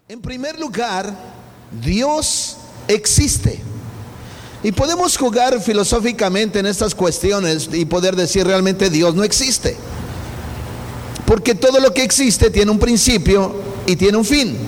En primer lugar, Dios existe. Y podemos jugar filosóficamente en estas cuestiones y poder decir realmente Dios no existe. Porque todo lo que existe tiene un principio y tiene un fin.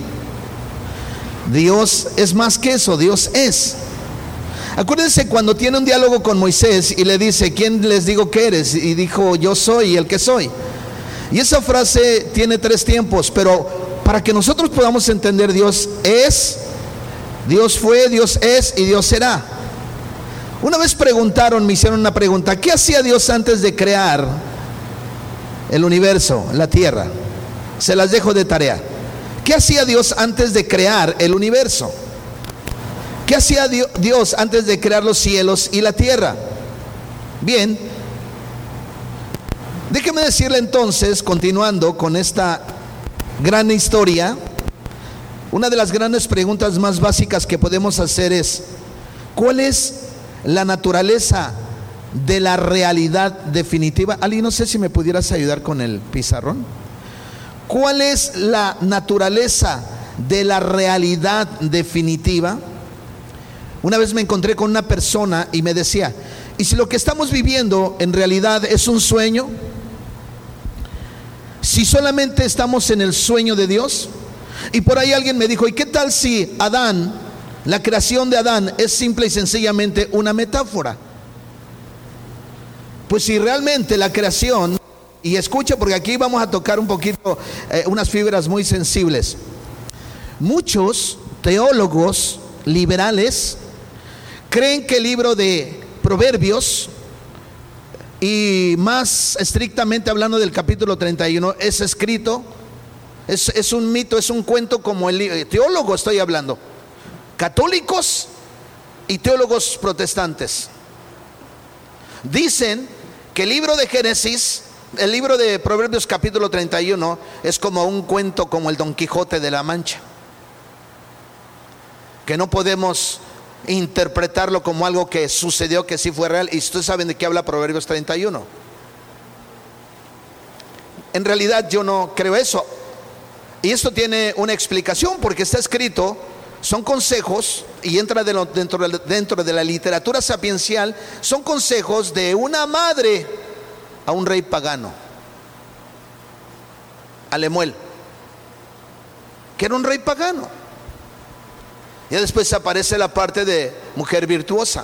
Dios es más que eso, Dios es. Acuérdense cuando tiene un diálogo con Moisés y le dice: ¿quién les digo que eres? Y dijo: yo soy el que soy. Y esa frase tiene tres tiempos, pero para que nosotros podamos entender, Dios es, Dios fue, Dios es y Dios será. Una vez me hicieron una pregunta: ¿qué hacía Dios antes de crear el universo, la tierra? Se las dejo de tarea. ¿Qué hacía Dios antes de crear el universo? ¿Qué hacía Dios antes de crear los cielos y la tierra? Bien, déjeme decirle entonces, continuando con esta gran historia, una de las grandes preguntas más básicas que podemos hacer es: ¿cuál es la naturaleza de la realidad definitiva? Ali, no sé si me pudieras ayudar con el pizarrón. ¿Cuál es la naturaleza de la realidad definitiva? Una vez me encontré con una persona y me decía: ¿y si lo que estamos viviendo en realidad es un sueño? Si solamente estamos en el sueño de Dios. Y por ahí alguien me dijo: ¿y qué tal si Adán, la creación de Adán, es simple y sencillamente una metáfora? Pues si realmente la creación, y escucha porque aquí vamos a tocar un poquito unas fibras muy sensibles. Muchos teólogos liberales creen que el libro de Proverbios, y más estrictamente hablando del capítulo 31, es escrito, es un mito, es un cuento, como el teólogo estoy hablando, católicos y teólogos protestantes. Dicen que el libro de Génesis, el libro de Proverbios capítulo 31, es como un cuento, como el Don Quijote de la Mancha, que no podemos interpretarlo como algo que sucedió, que sí fue real. Y ustedes saben de qué habla Proverbios 31. En realidad yo no creo eso, y esto tiene una explicación, porque está escrito, son consejos, y entra dentro de la literatura sapiencial, son consejos de una madre a un rey pagano, a Lemuel, que era un rey pagano. Ya después aparece la parte de mujer virtuosa.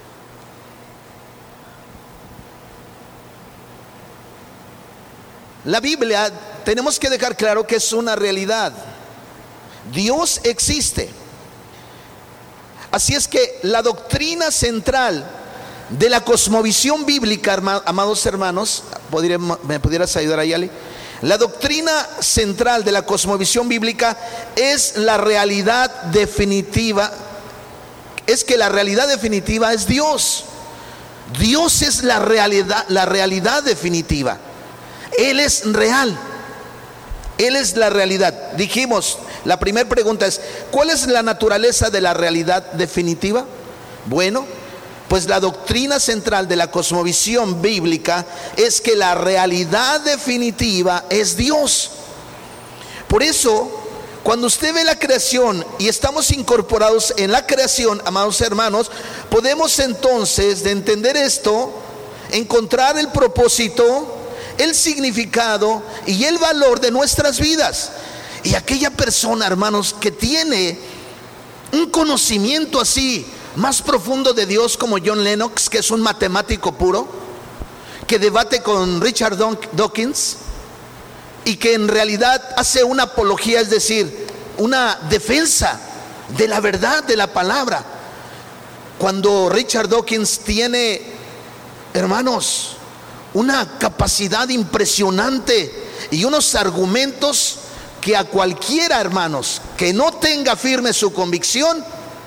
La Biblia, tenemos que dejar claro que es una realidad. Dios existe. Así es que la doctrina central de la cosmovisión bíblica, amados hermanos, ¿me pudieras ayudar ahí, Ali? La doctrina central de la cosmovisión bíblica es la realidad definitiva. Es que la realidad definitiva es Dios. Dios es la realidad definitiva. Él es real. Él es la realidad. Dijimos, la primera pregunta es: ¿cuál es la naturaleza de la realidad definitiva? Bueno, pues la doctrina central de la cosmovisión bíblica es que la realidad definitiva es Dios. Por eso, cuando usted ve la creación y estamos incorporados en la creación, amados hermanos, podemos entonces, de entender esto, encontrar el propósito, el significado y el valor de nuestras vidas. Y aquella persona, hermanos, que tiene un conocimiento así más profundo de Dios, como John Lennox, que es un matemático puro, que debate con Richard Dawkins y que en realidad hace una apología, es decir, una defensa de la verdad de la palabra. Cuando Richard Dawkins tiene, hermanos, una capacidad impresionante y unos argumentos que a cualquiera, hermanos, que no tenga firme su convicción,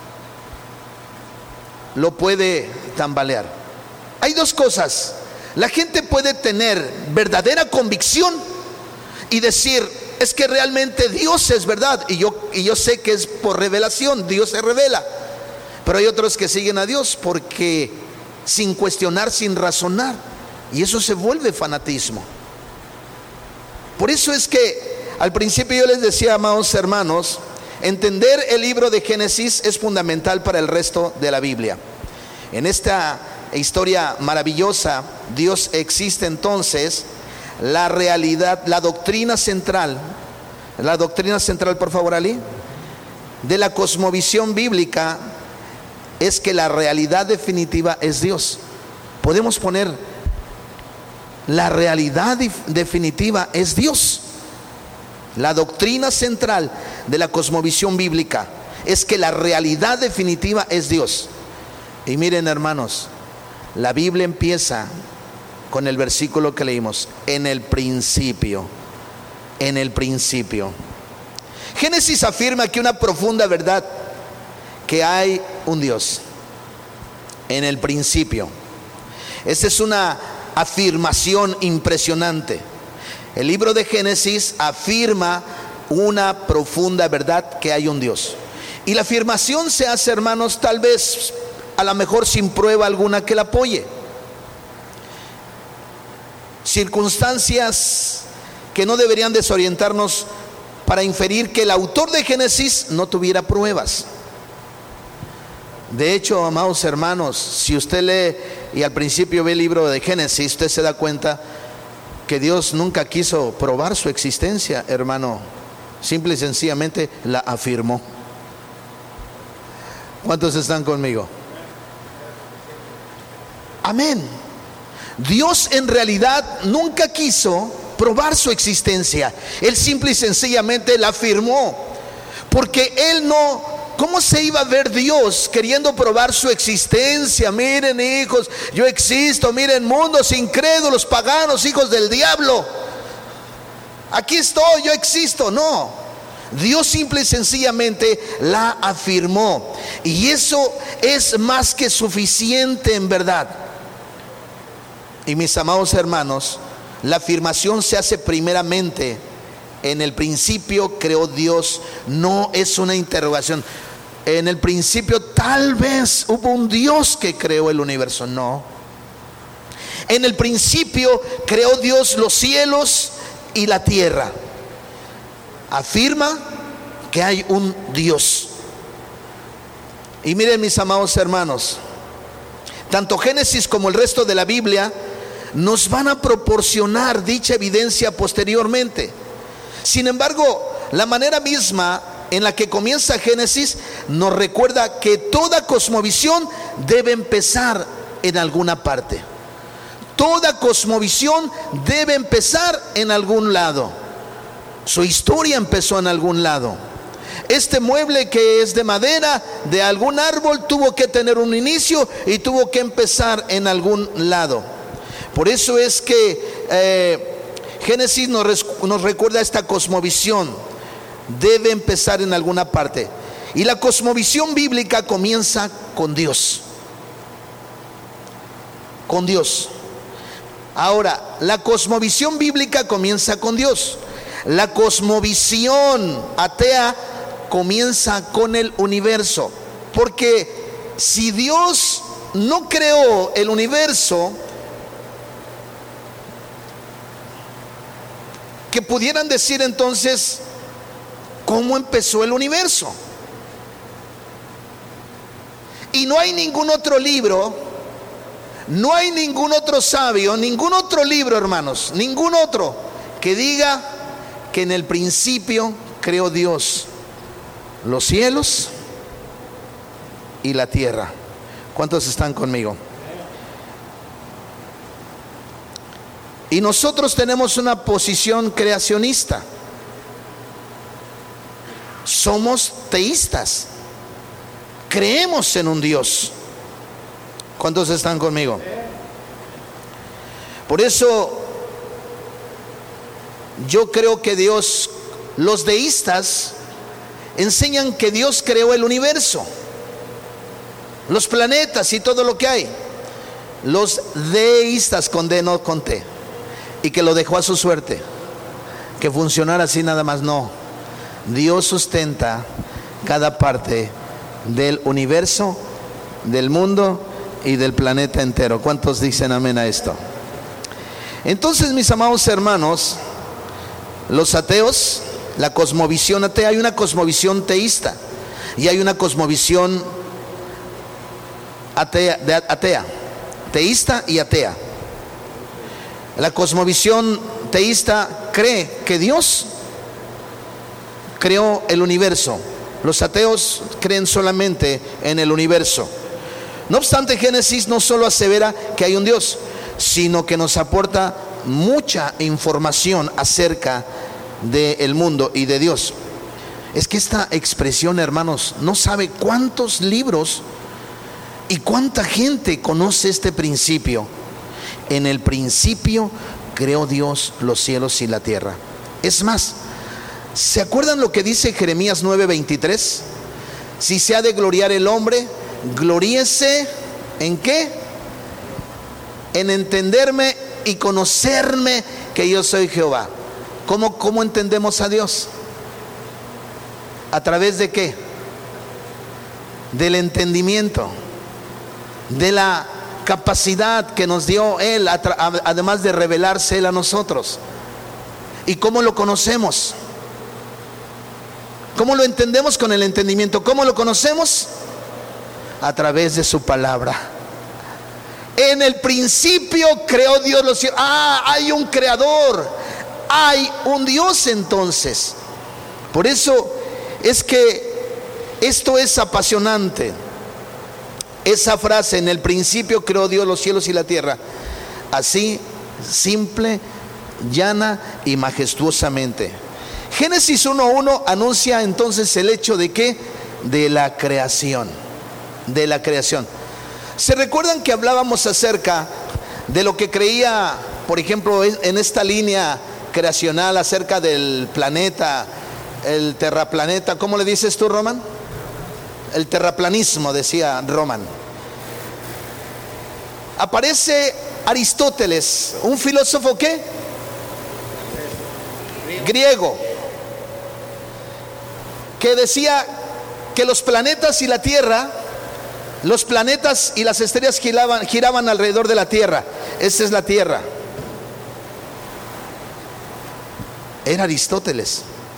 lo puede tambalear. Hay dos cosas: la gente puede tener verdadera convicción y decir: es que realmente Dios es verdad, y yo sé que es por revelación, Dios se revela. Pero hay otros que siguen a Dios porque sin cuestionar, sin razonar, y eso se vuelve fanatismo. Por eso es que al principio yo les decía, amados hermanos, Entender el libro de Génesis es fundamental para el resto de la Biblia. En esta historia maravillosa, Dios existe entonces. La realidad, la doctrina central, por favor, Ali, de la cosmovisión bíblica es que la realidad definitiva es Dios. Podemos poner: la realidad definitiva es Dios. La doctrina central de la cosmovisión bíblica es que la realidad definitiva es Dios. Y miren, hermanos, la Biblia empieza con el versículo que leímos: en el principio. En el principio. Génesis afirma que una profunda verdad, que hay un Dios. En el principio. Esa es una afirmación impresionante. El libro de Génesis afirma una profunda verdad, que hay un Dios. Y la afirmación se hace, hermanos, tal vez a lo mejor sin prueba alguna que la apoye. Circunstancias que no deberían desorientarnos para inferir que el autor de Génesis no tuviera pruebas. De hecho, amados hermanos, si usted lee y al principio ve el libro de Génesis, usted se da cuenta que Dios nunca quiso probar su existencia, hermano. Simple y sencillamente la afirmó. ¿Cuántos están conmigo? Amén. Dios en realidad nunca quiso probar su existencia. Él simple y sencillamente la afirmó. Porque Él no... ¿Cómo se iba a ver Dios queriendo probar su existencia? Miren, hijos, yo existo. Miren, mundos incrédulos, paganos, hijos del diablo, aquí estoy, yo existo. No, Dios simple y sencillamente la afirmó. Y eso es más que suficiente en verdad. Y mis amados hermanos, la afirmación se hace primeramente: en el principio creó Dios. No es una interrogación. En el principio tal vez hubo un Dios que creó el universo. No. En el principio creó Dios los cielos y la tierra. Afirma que hay un Dios. Y miren, mis amados hermanos, tanto Génesis como el resto de la Biblia nos van a proporcionar dicha evidencia posteriormente. Sin embargo, la manera misma en la que comienza Génesis nos recuerda que toda cosmovisión debe empezar en alguna parte. Toda cosmovisión debe empezar en algún lado. Su historia empezó en algún lado. Este mueble que es de madera, de algún árbol, tuvo que tener un inicio y tuvo que empezar en algún lado. Por eso es que Génesis nos recuerda esta cosmovisión. Debe empezar en alguna parte. Y la cosmovisión bíblica comienza con Dios. Con Dios. Ahora, la cosmovisión bíblica comienza con Dios. La cosmovisión atea comienza con el universo. Porque si Dios no creó el universo, que pudieran decir entonces: ¿cómo empezó el universo? Y no hay ningún otro libro, no hay ningún otro sabio, ningún otro libro, hermanos, ningún otro que diga que en el principio creó Dios los cielos y la tierra. ¿Cuántos están conmigo? Y nosotros tenemos una posición creacionista. Somos teístas. Creemos en un Dios. ¿Cuántos están conmigo? Por eso yo creo que Dios, los deístas enseñan que Dios creó el universo, los planetas y todo lo que hay. Los deístas, con D, no con T, y que lo dejó a su suerte, que funcionara así nada más. No, Dios sustenta cada parte del universo, del mundo y del planeta entero. ¿Cuántos dicen amén a esto? Entonces, mis amados hermanos, los ateos la cosmovisión atea. Hay una cosmovisión teísta y hay una cosmovisión atea, teísta y atea. La cosmovisión teísta cree que Dios creó el universo. Los ateos creen solamente en el universo. No obstante, Génesis no solo asevera que hay un Dios, sino que nos aporta mucha información acerca del mundo y de Dios. Es que esta expresión, hermanos, no sabe cuántos libros y cuánta gente conoce este principio. En el principio creó Dios los cielos y la tierra. Es más, ¿se acuerdan lo que dice Jeremías 9:23? Si se ha de gloriar el hombre, gloríese ¿en qué? En entenderme y conocerme que yo soy Jehová. ¿Cómo entendemos a Dios? ¿A través de qué? Del entendimiento, de la capacidad que nos dio Él, además de revelarse Él a nosotros. ¿Y cómo lo conocemos? ¿Cómo lo entendemos? Con el entendimiento. ¿Cómo lo conocemos? A través de su palabra. En el principio creó Dios los cielos. Hay un creador, hay un Dios entonces. Por eso es que esto es apasionante. Esa frase, en el principio creó Dios los cielos y la tierra, así, simple, llana y majestuosamente. Génesis 1:1 anuncia entonces el hecho de que de la creación, de la creación. ¿Se recuerdan que hablábamos acerca de lo que creía, por ejemplo, en esta línea creacional acerca del planeta, el terraplaneta? ¿Cómo le dices tú, Roman? El terraplanismo, decía Roman. Aparece Aristóteles, un filósofo ¿qué? Griego, que decía que los planetas y la Tierra, los planetas y las estrellas giraban alrededor de la Tierra. Esta es la Tierra. Era Aristóteles.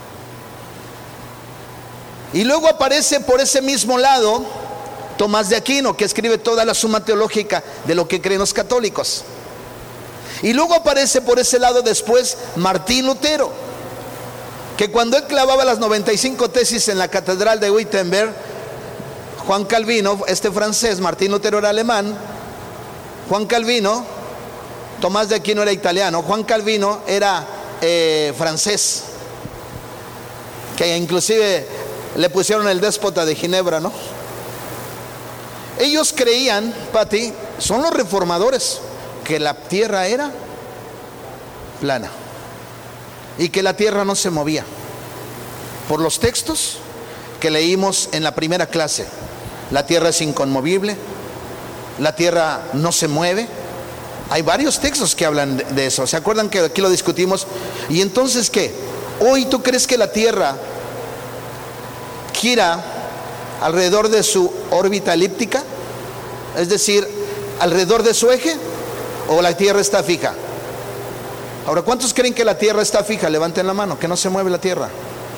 Y luego aparece por ese mismo lado Tomás de Aquino, que escribe toda la Suma Teológica de lo que creen los católicos. Y luego aparece por ese lado después Martín Lutero, que cuando él clavaba las 95 tesis en la catedral de Wittenberg, Juan Calvino, este francés, Martín Lutero era alemán, Juan Calvino, Tomás de Aquino era italiano, Juan Calvino era francés, que inclusive le pusieron el déspota de Ginebra, ¿no? Ellos creían, Pati, son los reformadores, que la tierra era plana y que la tierra no se movía. Por los textos que leímos en la primera clase, la tierra es inconmovible, la tierra no se mueve. Hay varios textos que hablan de eso. ¿Se acuerdan que aquí lo discutimos? Y entonces, ¿qué? Hoy, ¿tú crees que la tierra gira alrededor de su órbita elíptica? Es decir, alrededor de su eje, ¿o la tierra está fija? Ahora, ¿cuántos creen que la tierra está fija? Levanten la mano, que no se mueve la tierra.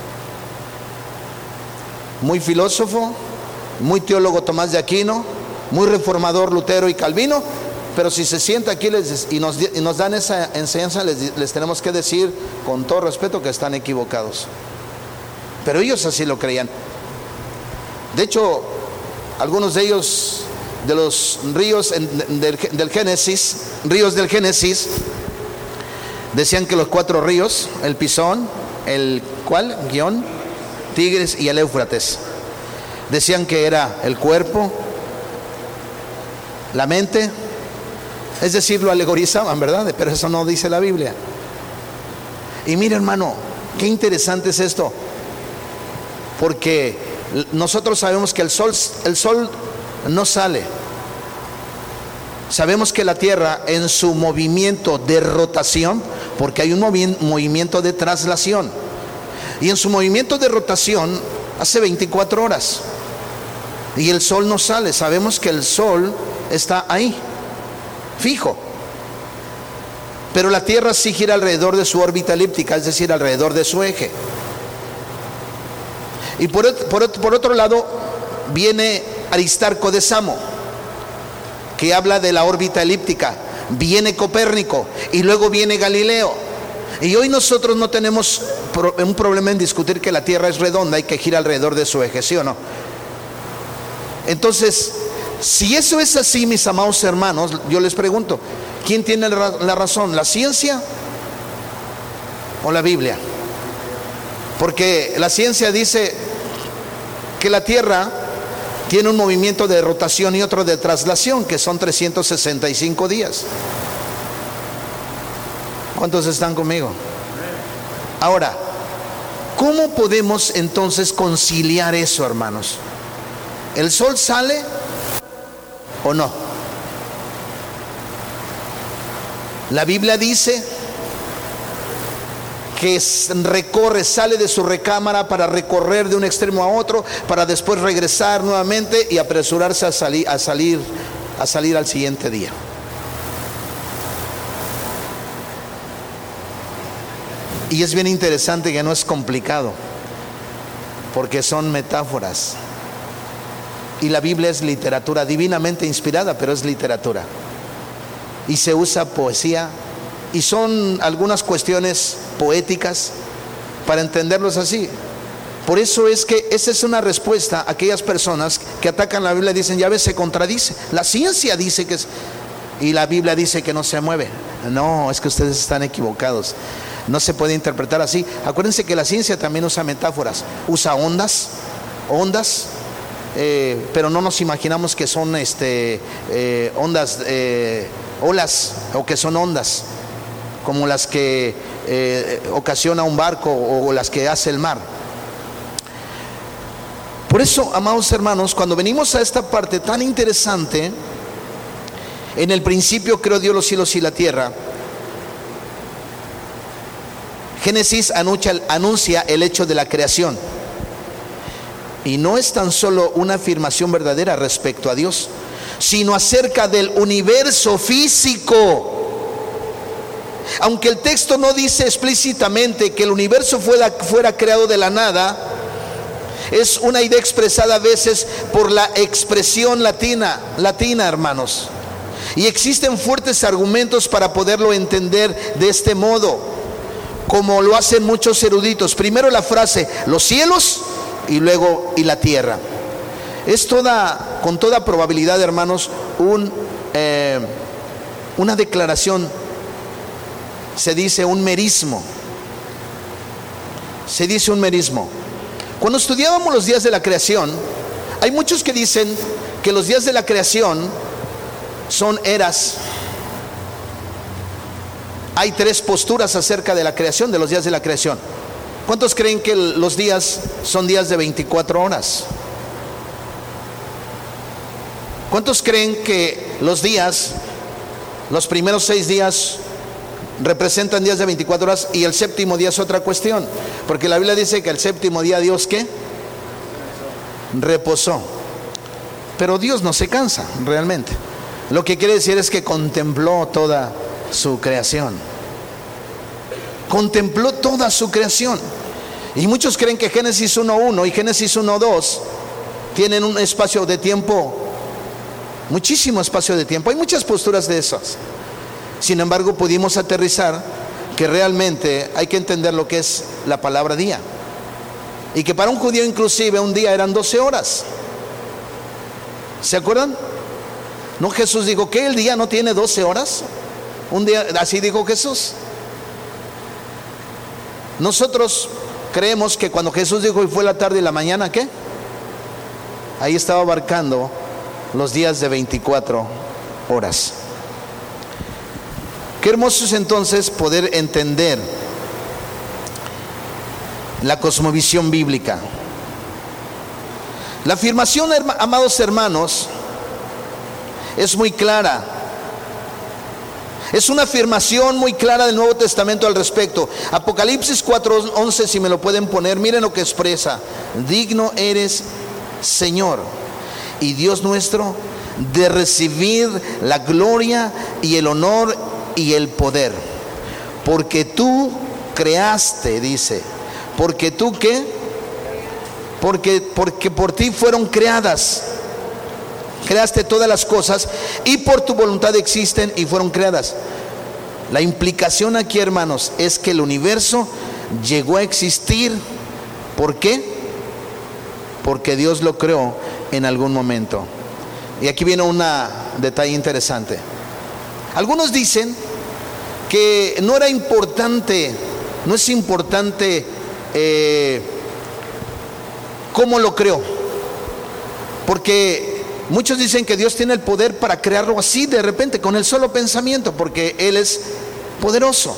Muy filósofo, muy teólogo Tomás de Aquino, muy reformador Lutero y Calvino, pero si se sienta aquí y nos dan esa enseñanza, les tenemos que decir con todo respeto que están equivocados. Pero ellos así lo creían. De hecho, algunos de ellos, de los ríos del Génesis, decían que los 4 ríos, el Pisón, el ¿cuál? Guión, Tigris y el Éufrates, decían que era el cuerpo, la mente, es decir, lo alegorizaban, ¿verdad? Pero eso no dice la Biblia. Y mira, hermano, qué interesante es esto, porque nosotros sabemos que el sol no sale. Sabemos que la tierra, en su movimiento de rotación, porque hay un movimiento de traslación, y en su movimiento de rotación hace 24 horas y el sol no sale. Sabemos que el sol está ahí, fijo, pero la tierra sí gira alrededor de su órbita elíptica, es decir, alrededor de su eje. Y por otro lado viene Aristarco de Samo, que habla de la órbita elíptica. Viene Copérnico y luego viene Galileo. Y hoy nosotros no tenemos un problema en discutir que la Tierra es redonda y que gira alrededor de su eje, ¿sí o no? Entonces, si eso es así, mis amados hermanos, yo les pregunto, ¿quién tiene la razón? ¿La ciencia o la Biblia? Porque la ciencia dice que la Tierra tiene un movimiento de rotación y otro de traslación, que son 365 días. ¿Cuántos están conmigo? Ahora, ¿cómo podemos entonces conciliar eso, hermanos? ¿El sol sale o no? La Biblia dice que sale de su recámara para recorrer de un extremo a otro, para después regresar nuevamente y apresurarse a salir al siguiente día. Y es bien interesante que no es complicado, porque son metáforas. Y la Biblia es literatura divinamente inspirada, pero es literatura. Y se usa poesía, y son algunas cuestiones poéticas para entenderlos así. Por eso es que esa es una respuesta a aquellas personas que atacan la Biblia y dicen, ya ves, se contradice. La ciencia dice que es, y la Biblia dice que no se mueve. No, es que ustedes están equivocados. No se puede interpretar así. Acuérdense que la ciencia también usa metáforas, usa ondas, pero no nos imaginamos que son ondas, olas, o que son ondas como las que ocasiona un barco o las que hace el mar. Por eso, amados hermanos, cuando venimos a esta parte tan interesante, en el principio creó Dios los cielos y la tierra, Génesis anuncia el hecho de la creación. Y no es tan solo una afirmación verdadera respecto a Dios, sino acerca del universo físico. Aunque el texto no dice explícitamente que el universo fuera creado de la nada, es una idea expresada a veces por la expresión latina, hermanos. Y existen fuertes argumentos para poderlo entender de este modo, como lo hacen muchos eruditos. Primero la frase, los cielos, y luego, y la tierra. Es con toda probabilidad, hermanos, una declaración. Se dice un merismo. Cuando estudiábamos los días de la creación, hay muchos que dicen que los días de la creación son eras. Hay 3 posturas acerca de la creación, de los días de la creación. ¿Cuántos creen que los días son días de 24 horas? ¿Cuántos creen que los primeros 6 días representan días de 24 horas y el séptimo día es otra cuestión? Porque la Biblia dice que el séptimo día Dios, ¿qué? Reposó. Pero Dios no se cansa realmente. Lo que quiere decir es que contempló toda su creación. Contempló toda su creación. Y muchos creen que Génesis 1:1 y Génesis 1:2 tienen un espacio de tiempo, muchísimo espacio de tiempo. Hay muchas posturas de esas. Sin embargo, pudimos aterrizar que realmente hay que entender lo que es la palabra día, y que para un judío inclusive un día eran 12 horas. ¿Se acuerdan? ¿No? Jesús dijo que el día no tiene 12 horas. Un día, así dijo Jesús. Nosotros creemos que cuando Jesús dijo y fue la tarde y la mañana, ¿qué? Ahí estaba abarcando los días de 24 horas. Qué hermoso es entonces poder entender la cosmovisión bíblica. La afirmación, amados hermanos, es muy clara. Es una afirmación muy clara del Nuevo Testamento al respecto. Apocalipsis 4:11, si me lo pueden poner, miren lo que expresa: digno eres, Señor y Dios nuestro, de recibir la gloria y el honor y el poder, porque tú creaste, dice, porque tú ¿qué? porque por ti fueron creadas. Creaste todas las cosas y por tu voluntad existen y fueron creadas. La implicación aquí, hermanos, es que el universo llegó a existir. ¿Por qué? Porque Dios lo creó en algún momento. Y aquí viene un detalle interesante. Algunos dicen que no es importante cómo lo creó, porque muchos dicen que Dios tiene el poder para crearlo así de repente, con el solo pensamiento, porque Él es poderoso,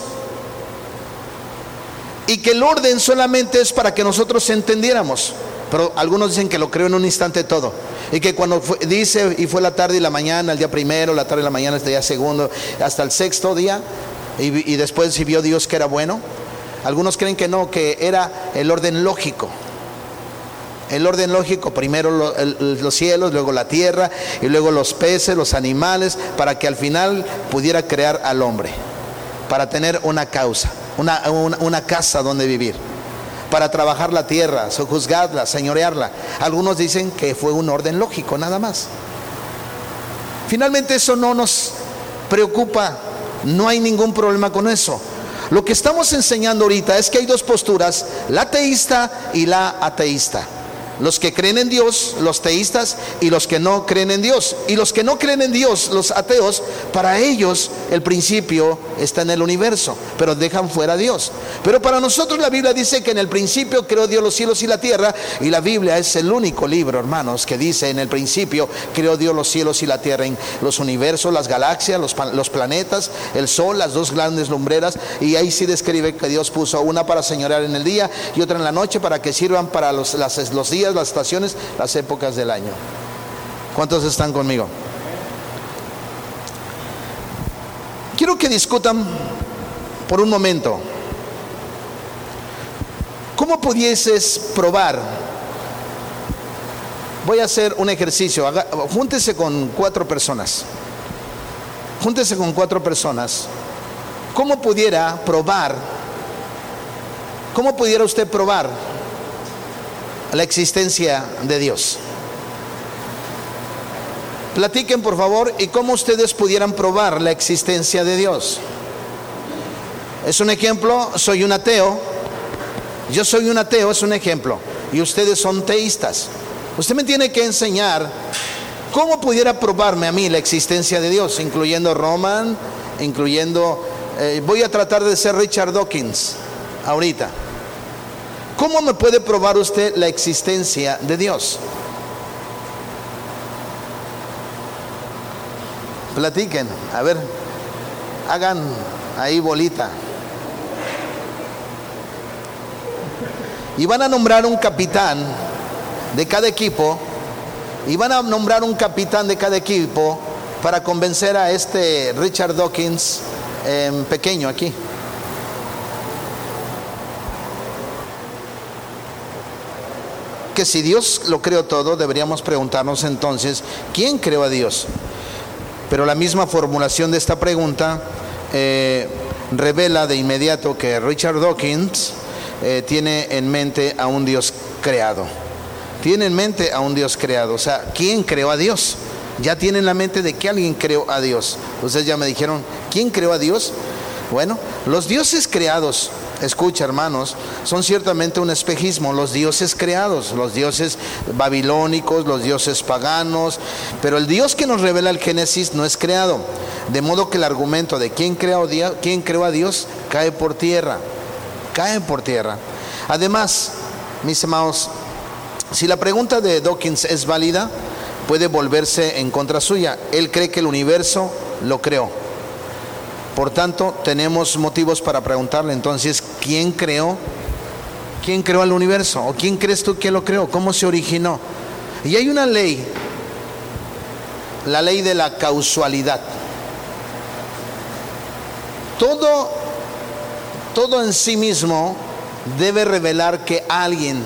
y que el orden solamente es para que nosotros entendiéramos. Pero algunos dicen que lo creó en un instante todo, y que cuando dice y fue la tarde y la mañana, el día primero, la tarde y la mañana, este día segundo, hasta el sexto día, y después si vio Dios que era bueno. Algunos creen que no, que era el orden lógico. El orden lógico, primero los cielos, luego la tierra, y luego los peces, los animales, para que al final pudiera crear al hombre, para tener una casa donde vivir, para trabajar la tierra, sojuzgarla, señorearla. Algunos dicen que fue un orden lógico, nada más. Finalmente eso no nos preocupa, no hay ningún problema con eso. Lo que estamos enseñando ahorita es que hay dos posturas, la teísta y la ateísta. Los que creen en Dios, los teístas, y los que no creen en Dios. Y los que no creen en Dios, los ateos, para ellos el principio está en el universo, pero dejan fuera a Dios. Pero para nosotros la Biblia dice que en el principio creó Dios los cielos y la tierra, y la Biblia es el único libro, hermanos, que dice en el principio creó Dios los cielos y la tierra, en los universos, las galaxias, los planetas, el sol, las dos grandes lumbreras, y ahí sí describe que Dios puso una para señorear en el día y otra en la noche, para que sirvan para los días, las estaciones, las épocas del año. ¿Cuántos están conmigo? Quiero que discutan por un momento. ¿Cómo pudieses probar? Voy a hacer un ejercicio. Júntese con 4 personas. Júntese con 4 personas. ¿Cómo pudiera probar? ¿Cómo pudiera usted probar la existencia de Dios? Platiquen, por favor, y cómo ustedes pudieran probar la existencia de Dios. Es un ejemplo, soy un ateo. Yo soy un ateo, es un ejemplo. Y ustedes son teístas. Usted me tiene que enseñar cómo pudiera probarme a mí la existencia de Dios, incluyendo Roman, voy a tratar de ser Richard Dawkins ahorita. ¿Cómo me puede probar usted la existencia de Dios? Platiquen, a ver, hagan ahí bolita. Y van a nombrar un capitán de cada equipo, para convencer a este Richard Dawkins pequeño aquí. Que si Dios lo creó todo, deberíamos preguntarnos entonces, ¿quién creó a Dios? Pero la misma formulación de esta pregunta revela de inmediato que Richard Dawkins tiene en mente a un Dios creado. Tiene en mente a un Dios creado. O sea, ¿quién creó a Dios? Ya tienen la mente de que alguien creó a Dios. Ustedes ya me dijeron, ¿quién creó a Dios? Bueno, los dioses creados, escucha, hermanos, son ciertamente un espejismo. Los dioses creados, los dioses babilónicos, los dioses paganos, pero el Dios que nos revela el Génesis no es creado. De modo que el argumento de quién creó a Dios cae por tierra. Además, mis amados, si la pregunta de Dawkins es válida, puede volverse en contra suya. Él cree que el universo lo creó. Por tanto, tenemos motivos para preguntarle entonces, ¿quién creó el universo? ¿O quién crees tú que lo creó? ¿Cómo se originó? Y hay una ley, la ley de la causalidad. Todo en sí mismo debe revelar que alguien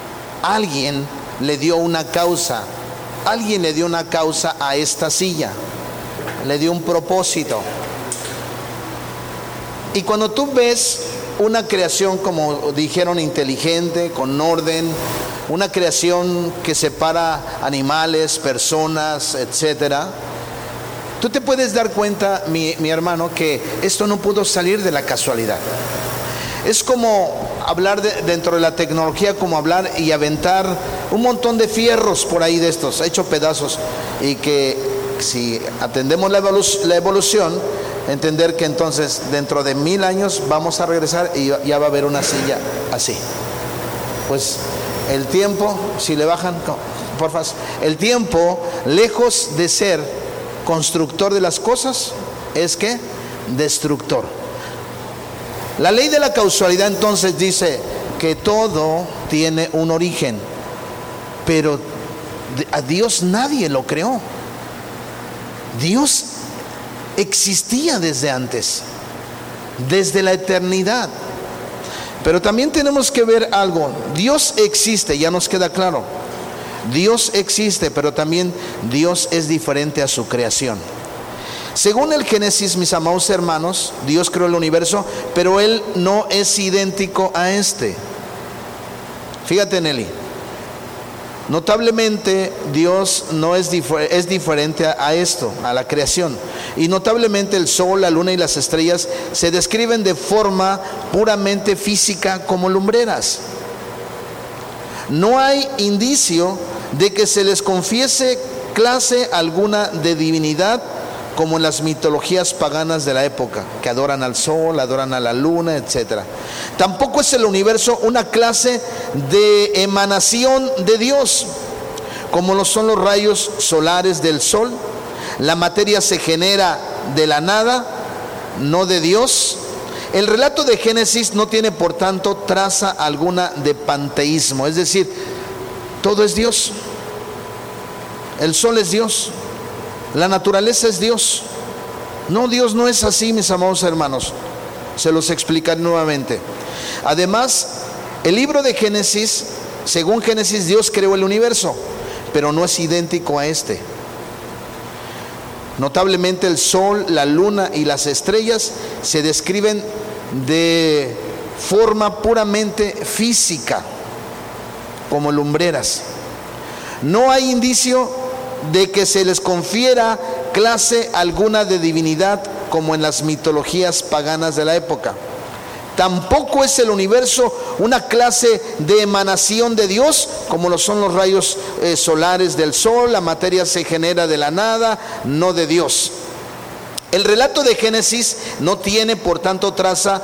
le dio una causa. Alguien le dio una causa a esta silla, le dio un propósito. Y cuando tú ves una creación, como dijeron, inteligente, con orden, una creación que separa animales, personas, etcétera. Tú te puedes dar cuenta, mi hermano, que esto no pudo salir de la casualidad. Es como hablar dentro de la tecnología, como hablar y aventar un montón de fierros por ahí de estos, hecho pedazos, y que si atendemos la evolución, entender que entonces dentro de 1000 años vamos a regresar y ya va a haber una silla así. Pues el tiempo, si le bajan, porfa, el tiempo, lejos de ser constructor de las cosas, es que destructor. La ley de la causalidad entonces dice que todo tiene un origen, pero a Dios nadie lo creó. Dios existía desde antes, desde la eternidad. Pero también tenemos que ver algo. Dios existe, ya nos queda claro. Dios existe, pero también Dios es diferente a su creación. Según el Génesis, mis amados hermanos, Dios creó el universo, pero Él no es idéntico a este. Fíjate, Nelly. Notablemente Dios no es diferente a esto, a la creación. Y notablemente el sol, la luna y las estrellas se describen de forma puramente física como lumbreras. No hay indicio de que se les confiese clase alguna de divinidad, como en las mitologías paganas de la época, que adoran al sol, adoran a la luna, etc. Tampoco es el universo una clase de emanación de Dios, como lo son los rayos solares del sol. La materia se genera de la nada, no de Dios. El relato de Génesis no tiene, por tanto, traza alguna de panteísmo, es decir, todo es Dios. El sol es Dios. La naturaleza es Dios. No, Dios no es así, mis amados hermanos. Se los explicaré nuevamente. Además, el libro de Génesis, según Génesis, Dios creó el universo, pero no es idéntico a este. Notablemente el sol, la luna y las estrellas se describen de forma puramente física, como lumbreras. No hay indicio de que se les confiera clase alguna de divinidad, como en las mitologías paganas de la época. Tampoco es el universo una clase de emanación de Dios, como lo son los rayos solares del sol. La materia se genera de la nada, no de Dios. El relato de Génesis no tiene, por tanto, traza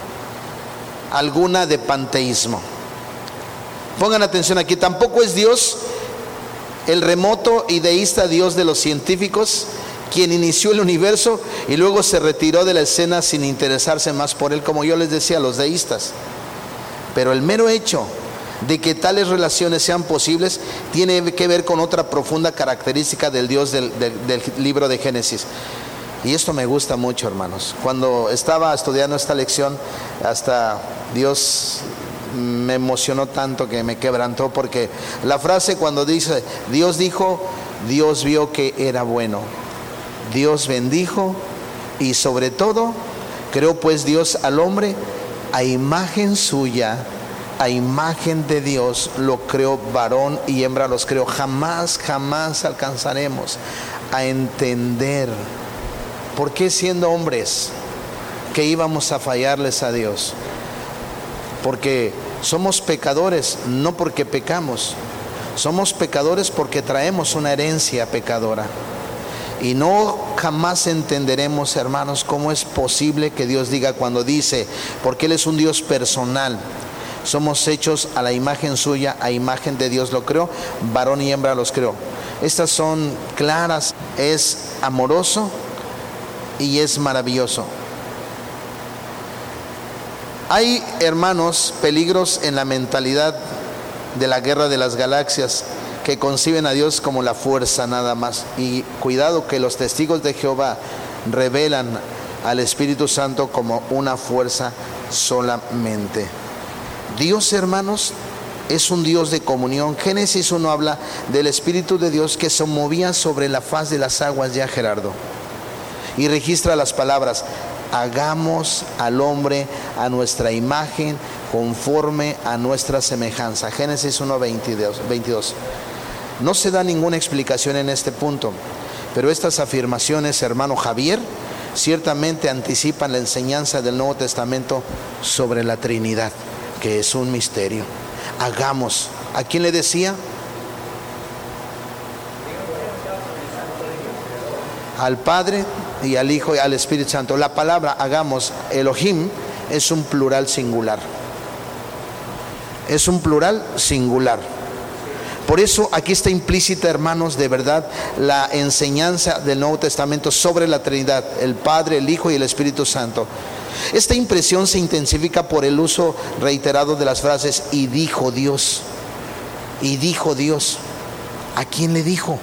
alguna de panteísmo. Pongan atención aquí. Tampoco es Dios el remoto y deísta Dios de los científicos, quien inició el universo y luego se retiró de la escena sin interesarse más por él, como yo les decía, los deístas. Pero el mero hecho de que tales relaciones sean posibles tiene que ver con otra profunda característica del Dios del libro de Génesis. Y esto me gusta mucho, hermanos. Cuando estaba estudiando esta lección, hasta Dios me emocionó tanto que me quebrantó, porque la frase cuando dice Dios dijo, Dios vio que era bueno, Dios bendijo y sobre todo creó pues Dios al hombre a imagen suya, a imagen de Dios lo creó, varón y hembra los creó. Jamás alcanzaremos a entender por qué, siendo hombres, que íbamos a fallarles a Dios. Porque somos pecadores, no porque pecamos. Somos pecadores porque traemos una herencia pecadora. Y no jamás entenderemos, hermanos, cómo es posible que Dios diga, cuando dice, porque Él es un Dios personal, somos hechos a la imagen suya, a imagen de Dios lo creó, varón y hembra los creó. Estas son claras, es amoroso y es maravilloso. Hay, hermanos, peligros en la mentalidad de la guerra de las galaxias, que conciben a Dios como la fuerza nada más. Y cuidado, que los testigos de Jehová revelan al Espíritu Santo como una fuerza solamente. Dios, hermanos, es un Dios de comunión. Génesis 1 habla del Espíritu de Dios que se movía sobre la faz de las aguas, ya Gerardo, y registra las palabras: hagamos al hombre a nuestra imagen, conforme a nuestra semejanza. Génesis 1:22. No se da ninguna explicación en este punto, pero estas afirmaciones, hermano Javier, ciertamente anticipan la enseñanza del Nuevo Testamento sobre la Trinidad, que es un misterio. Hagamos. ¿A quién le decía? Al Padre y al Hijo y al Espíritu Santo. La palabra hagamos, Elohim, es un plural singular. Es un plural singular. Por eso aquí está implícita, hermanos, de verdad, la enseñanza del Nuevo Testamento sobre la Trinidad, el Padre, el Hijo y el Espíritu Santo. Esta impresión se intensifica por el uso reiterado de las frases "y dijo Dios". Y dijo Dios. ¿A quién le dijo?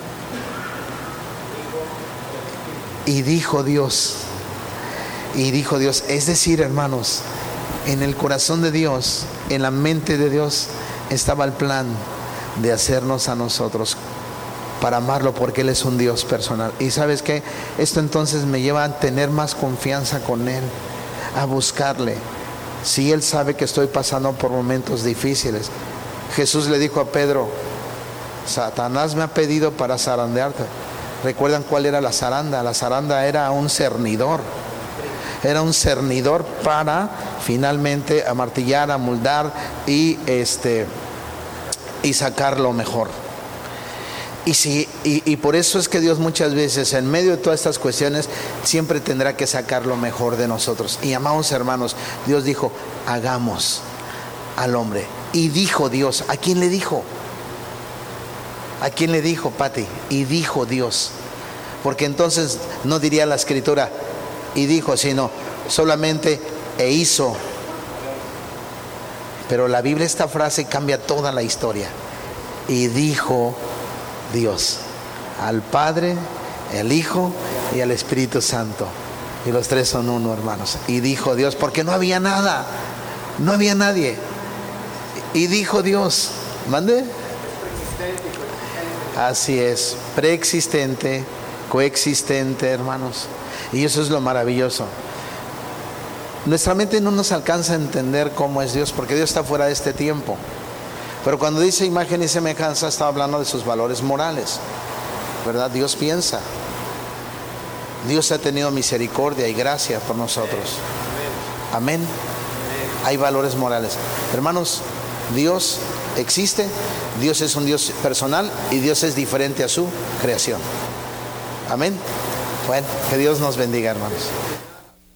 Y dijo Dios. Y dijo Dios. Es decir, hermanos, en el corazón de Dios, en la mente de Dios, estaba el plan de hacernos a nosotros para amarlo, porque Él es un Dios personal. Y ¿sabes qué? Esto entonces me lleva a tener más confianza con Él, a buscarle. Si Él sabe que estoy pasando por momentos difíciles. Jesús le dijo a Pedro: Satanás me ha pedido para zarandearte. ¿Recuerdan cuál era la zaranda? La zaranda era un cernidor. Era un cernidor para finalmente amartillar, amoldar y sacar lo mejor. Y por eso es que Dios muchas veces, en medio de todas estas cuestiones, siempre tendrá que sacar lo mejor de nosotros. Y amados hermanos, Dios dijo: hagamos al hombre. Y dijo Dios. ¿A quién le dijo? ¿A quién le dijo, Pati? Y dijo Dios. Porque entonces no diría la Escritura "y dijo", sino solamente "e hizo". Pero la Biblia, esta frase cambia toda la historia. Y dijo Dios, al Padre, al Hijo y al Espíritu Santo. Y los tres son uno, hermanos. Y dijo Dios, porque no había nada, no había nadie. Y dijo Dios, ¿mande? Así es, preexistente, coexistente, hermanos. Y eso es lo maravilloso. Nuestra mente no nos alcanza a entender cómo es Dios, porque Dios está fuera de este tiempo. Pero cuando dice imagen y semejanza, está hablando de sus valores morales, ¿verdad? Dios piensa. Dios ha tenido misericordia y gracia por nosotros. Amén. Hay valores morales. Hermanos, Dios existe, Dios es un Dios personal y Dios es diferente a su creación. Amén. Bueno, que Dios nos bendiga, hermanos.